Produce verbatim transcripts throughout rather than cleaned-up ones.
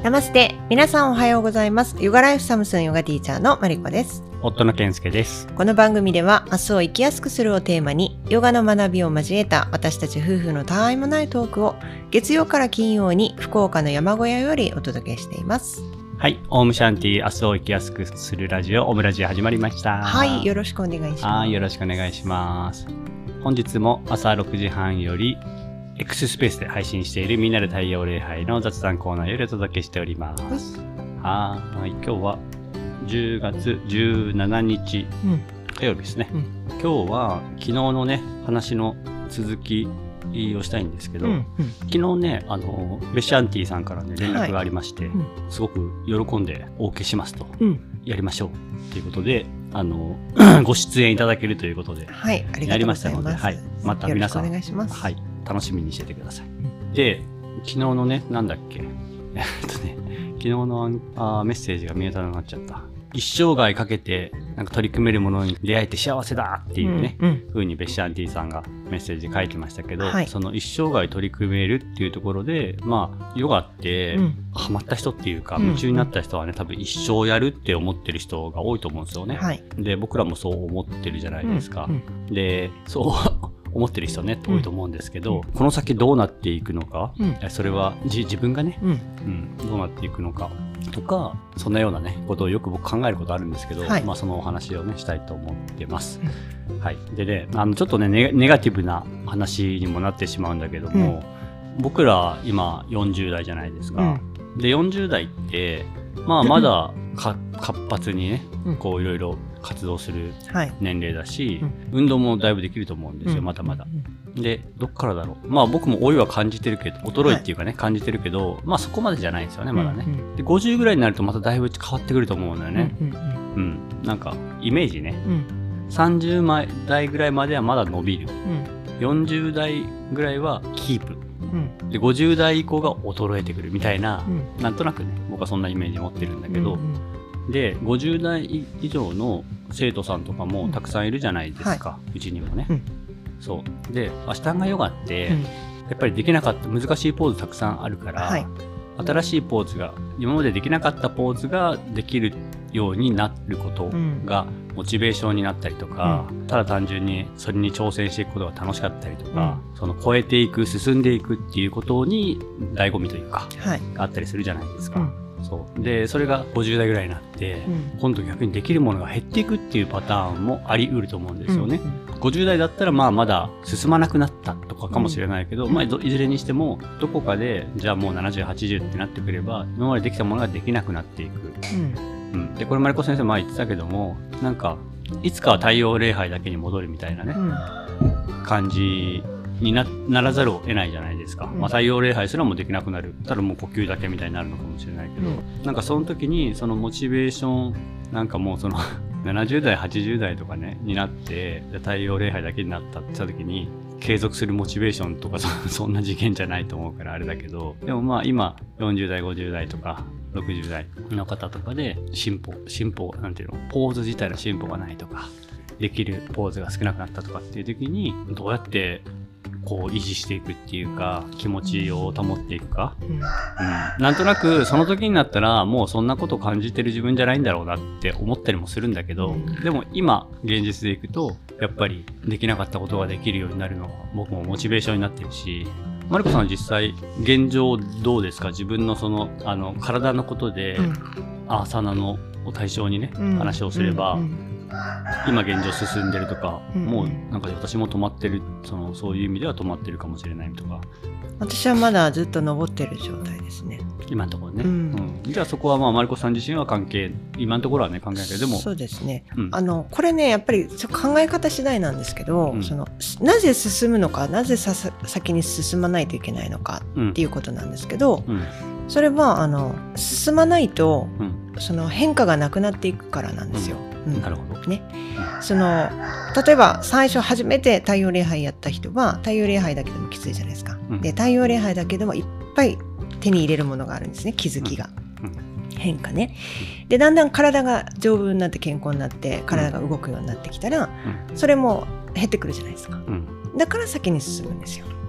ナマステ。皆さんおはようございます。ヨガライフサムスンヨガティーチャーのマリコです。 夫の健介です。 この番組では明日を生きやすくするをテーマにヨガの学びを交えた私たち夫婦のたわいもないトークを月曜から金曜に福岡の山小屋よりお届けしています。 はい、オームシャンティ、明日を生きやすくするラジオ、オムラジオ始まりました。 はい、よろしくお願いします。 はい、よろしくお願いします。本日も朝ろくじはんより X スペースで配信しているみんなで太陽礼拝の雑談コーナーよりお届けしております。はい、今日はじゅうがつじゅうしちにち、うん、火曜日ですね、うん、今日は昨日のね話の続きをしたいんですけど、うんうん、昨日ねあのベシャンティさんからね連絡がありまして、はい、うん、すごく喜んでお受けしますと、うん、やりましょうということであのご出演いただけるということで、 はい、ありがとうございます。やりましたので、はい、 また皆さんよろしくお願いします。 はい、楽しみにしててください。うん、で昨日のねなんだっけえっとね昨日のあメッセージが見えたらなっちゃった。一生涯かけてなんか取り組めるものに出会えて幸せだっていうね、うんうん、風にベッシャンティさんがメッセージ書いてましたけど、はい、その一生涯取り組めるっていうところでまあヨガって、うん、ハマった人っていうか夢中になった人はね、うん、多分一生やるって思ってる人が多いと思うんですよね、はい、で僕らもそう思ってるじゃないですか、うんうん、でそう思ってる人ね多いと思うんですけど、うん、この先どうなっていくのか、うん、それは自分がね、うんうん、どうなっていくのかとかそんなようなねことをよく僕考えることあるんですけど、はい、まあそのお話をねしたいと思ってます、うん、はい。でねあのちょっとねネガ、ネガティブな話にもなってしまうんだけども、うん、僕ら今よんじゅうだいじゃないですか、うん、でよんじゅうだいってまあまだか活発にねこういろいろ活動する年齢だし、はい、うん、運動もだいぶできると思うんですよ、うん、まだまだ。でどっからだろう、まあ僕も老いは感じてるけど衰えっていうかね、はい、感じてるけどまあそこまでじゃないんですよねまだね、うんうん、でごじゅうぐらいになるとまただいぶ変わってくると思うんだよね、うんうんうんうん、なんかイメージね、うん、さんじゅうだいぐらいまではまだ伸びる、うん、よんじゅうだいぐらいはキープ、うん、でごじゅうだい以降が衰えてくるみたいな、うん、なんとなくね僕はそんなイメージ持ってるんだけど、うんうん、でごじゅうだい以上の生徒さんとかもたくさんいるじゃないですか、うんはい、うちにもね、うん、そうでアシタンガヨガって、うん、やっぱりできなかった難しいポーズたくさんあるから、はい、新しいポーズが今までできなかったポーズができるようになることがモチベーションになったりとか、うん、ただ単純にそれに挑戦していくことが楽しかったりとか、うん、その超えていく進んでいくっていうことに醍醐味というか、はい、あったりするじゃないですか、うん、そうでそれがごじゅうだいぐらいになって、うん、今度逆にできるものが減っていくっていうパターンもあり得ると思うんですよね、うんうん、ごじゅうだいだったらまあまだ進まなくなったとかかもしれないけど、うん、まあ、いずれにしてもどこかでじゃあもうななじゅう、はちじゅうってなってくれば今までできたものができなくなっていく、うんうん、でこれマリコ先生前言ってたけどもなんかいつかは太陽礼拝だけに戻るみたいなね、うん、感じに な, ならざるを得ないじゃないですか、うん、まあ、太陽礼拝すらもできなくなるただもう呼吸だけみたいになるのかもしれないけど、うん、なんかその時にそのモチベーションなんかもうそのななじゅうだいはちじゅうだいとかねになって太陽礼拝だけになったって言った時に継続するモチベーションとか そ, そんな次元じゃないと思うからあれだけどでもまあ今よんじゅうだいごじゅうだいとかろくじゅうだいの方とかで進歩進歩なんていうのポーズ自体の進歩がないとかできるポーズが少なくなったとかっていう時にどうやってこう維持していくっていうか気持ちを保っていくか、うんうん、なんとなくその時になったらもうそんなこと感じてる自分じゃないんだろうなって思ったりもするんだけど、うん、でも今現実でいくとやっぱりできなかったことができるようになるのは僕もモチベーションになってるしマリコさんは実際現状どうですか自分のそのあの体のことで、うん、アーサナのを対象にね、うん、話をすれば、うんうん、今現状進んでるとか、うんうん、もうなんか私も止まってるそのそういう意味では止まってるかもしれないとか私はまだずっと登ってる状態ですね今のところね、うんうん、じゃあそこはまあマリコさん自身は関係今のところはね関係ないけどでもそうですね、うん、あのこれねやっぱり考え方次第なんですけど、うん、そのなぜ進むのかなぜさ先に進まないといけないのかっていうことなんですけど、うんうん、それはあの進まないと、うん、その変化がなくなっていくからなんですよ、うんうん、 なるほどね、うん、その例えば最初初めて太陽礼拝やった人は太陽礼拝だけでもきついじゃないですか、うん、で太陽礼拝だけでもいっぱい手に入れるものがあるんですね気づきが、うんうん、変化ねでだんだん体が丈夫になって健康になって体が動くようになってきたら、うん、それも減ってくるじゃないですか、うん、だから先に進むんですよ、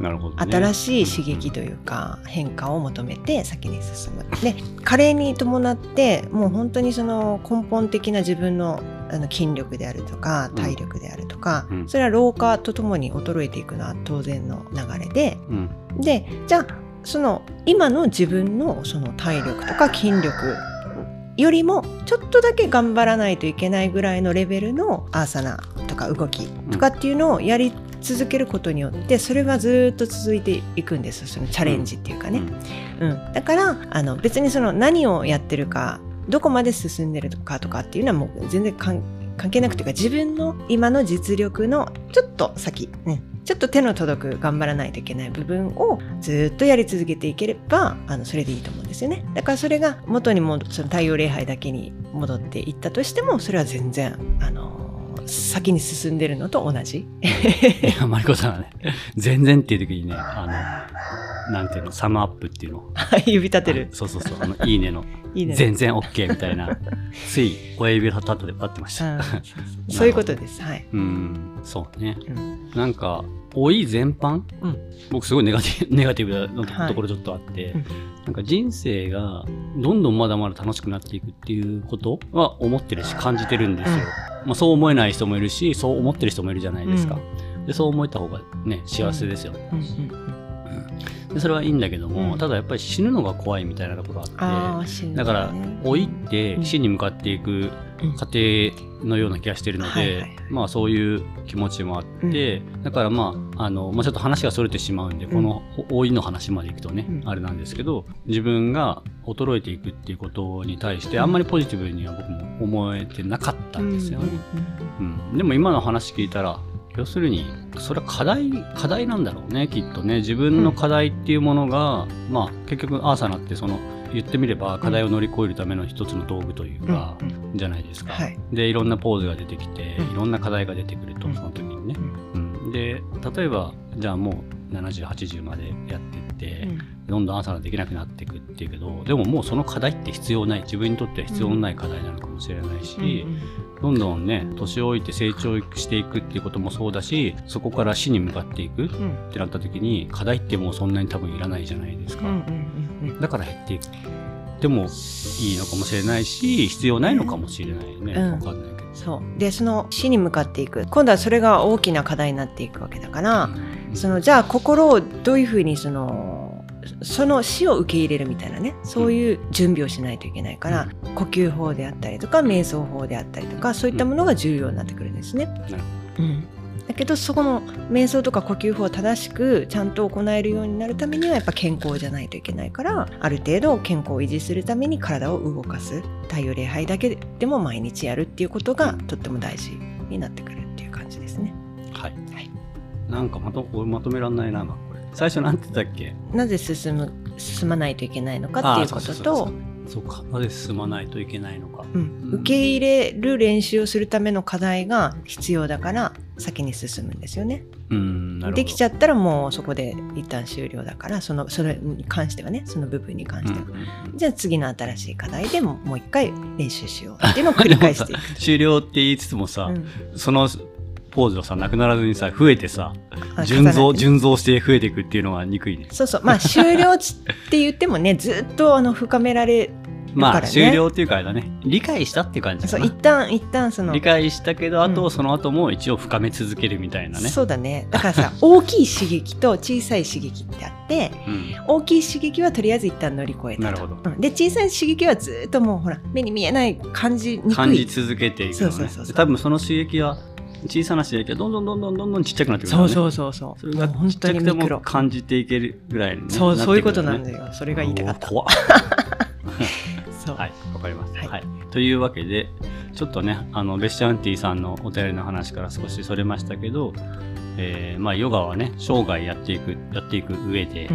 なるほどね、 新しい刺激というか変化を求めて先に進む。で加齢に伴ってもう本当にその根本的な自分のあの筋力であるとか体力であるとか、うん、それは老化とともに衰えていくのは当然の流れで、うん、でじゃあその今の自分のその体力とか筋力よりもちょっとだけ頑張らないといけないぐらいのレベルのアーサナとか動きとかっていうのをやり続けることによってそれはずっと続いていくんです。そのチャレンジっていうかね、うんうん、だからあの別にその何をやってるかどこまで進んでるかとかっていうのはもう全然関係なくていうか自分の今の実力のちょっと先、うん、ちょっと手の届く頑張らないといけない部分をずっとやり続けていければあのそれでいいと思うんですよね。だからそれが元にもその太陽礼拝だけに戻っていったとしてもそれは全然あの先に進んでるのと同じ。 いやマリコさんはね全然っていう時にねあのなんていうのサムアップっていうの指立てるそうそうそうあのいいねのいいね全然 OK みたいなつい親指立って立ってましたそういうことです。はい。 うんそうね、うん、なんか老い全般、うん、僕すごいネガティブネガティブなところちょっとあって、はいうん、なんか人生がどんどんまだまだ楽しくなっていくっていうことは思ってるし感じてるんですよ、うんまあ、そう思えない人もいるしそう思ってる人もいるじゃないですか、うん、でそう思えた方がね幸せですよね、うんうんうん、でそれはいいんだけども、うん、ただやっぱり死ぬのが怖いみたいなところがあって、ね、だから老いって死に向かっていく過程のような気がしているので、うんはいはいはい、まあそういう気持ちもあって、うん、だからまああの、まあ、ちょっと話がそれてしまうんで、うん、この老いの話までいくとね、うん、あれなんですけど自分が衰えていくっていうことに対してあんまりポジティブには僕も思えてなかったんですよね、うんうん、でも今の話聞いたら要するにそれは課題課題なんだろうねきっとね自分の課題っていうものが、うん、まあ結局アーサナってその言ってみれば課題を乗り越えるための一つの道具というか、うん、じゃないですか、はい、でいろんなポーズが出てきて、うん、いろんな課題が出てくると、うん、その時にね、うんうん、で例えばじゃあもうななじゅう、はちじゅうまでやってって、うん、どんどんアーサナできなくなっていくっていうけどでももうその課題って必要ない自分にとっては必要のない課題なのかもしれないし、うん、どんどんね年老いて成長していくっていうこともそうだしそこから死に向かっていくってなった時に課題ってもうそんなに多分いらないじゃないですか、うんうんうん、だから減っていくでもいいのかもしれないし必要ないのかもしれないね、うん、分かんないけどそうでその死に向かっていく今度はそれが大きな課題になっていくわけだから、うん、そのじゃあ心をどういうふうにそのその死を受け入れるみたいなねそういう準備をしないといけないから、うん、呼吸法であったりとか瞑想法であったりとかそういったものが重要になってくるんですね、うんうんだけどそこの瞑想とか呼吸法を正しくちゃんと行えるようになるためにはやっぱ健康じゃないといけないからある程度健康を維持するために体を動かす太陽礼拝だけでも毎日やるっていうことがとっても大事になってくるっていう感じですね。 はい、はい、なんかまと、まとめらんないなこれ最初なんて言ったっけなぜ進む進まないといけないのかっていうこととそうかなぜ進まないといけないのか、 うんうん、受け入れる練習をするための課題が必要だから先に進むんですよね。うんなるほどできちゃったらもうそこで一旦終了だからそのそれに関してはねその部分に関しては、うんうん、じゃあ次の新しい課題でももう一回練習しようっていうのを繰り返していく終了って言いつつもさ、うん、そのポーズをさなくならずにさ増えてさ順増順増して増えていくっていうのは憎いね。 そうそうまあ終了って言ってもねずっとあの深められまあ終了っていうかあれだね理解したっていう感じかな。 そう一旦一旦その理解したけどあと、うん、その後も一応深め続けるみたいなね。 そうだねだからさ大きい刺激と小さい刺激ってあって、うん、大きい刺激はとりあえず一旦乗り越えたと。なるほど、うん、で小さい刺激はずっともうほら目に見えない感じにくい感じ続けていくのね。そうそうそうそう多分その刺激は小さな刺激がどんどんどんどんどんどんちっちゃくなってくるからね。 そうそうそうそう。 それがちっちゃくても感じていけるぐらいに、ね、 そうそういうことなんだよ。それが言いたかった。 怖っそうはいわかります、はいはい、というわけでちょっとねあのベッシャウンティさんのお便りの話から少しそれましたけど、えー、まあヨガはね生涯やっていくやっていく上での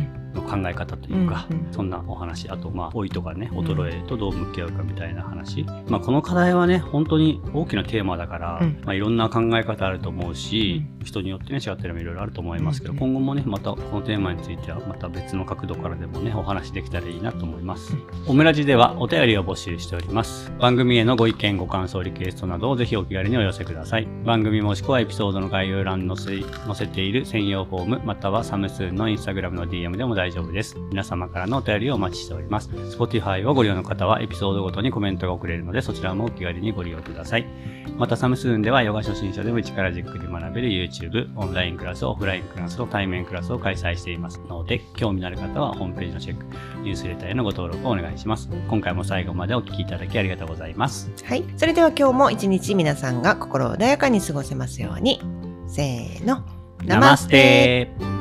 考え方というか、うんうん、そんなお話、あとまあ老いとかね衰えとどう向き合うかみたいな話、まあ、この課題はね本当に大きなテーマだから、うんまあ、いろんな考え方あると思うし、うん、人によってね違ってるのもいろいろあると思いますけど、うん、今後もねまたこのテーマについてはまた別の角度からでもねお話できたらいいなと思います。うん、オムラジではお便りを募集しております。番組へのご意見ご感想リクエストなどをぜひお気軽にお寄せください。番組もしくはエピソードの概要欄に載せ、載せている専用フォームまたはサムスーンのインスタグラムの ディーエム でも大丈夫です。皆様からのお便りをお待ちしております。Spotify をご利用の方はエピソードごとにコメントが送れるのでそちらもお気軽にご利用ください。またサムスーンではヨガ初心者でも一からじっくり学べる YouTube、オンラインクラス、オフラインクラスと対面クラスを開催していますので、興味のある方はホームページのチェック、ニュースレターへのご登録をお願いします。今回も最後までお聞きいただきありがとうございます。 はい。それでは今日も一日皆さんが心穏やかに過ごせますように。せーの。 ナマステー。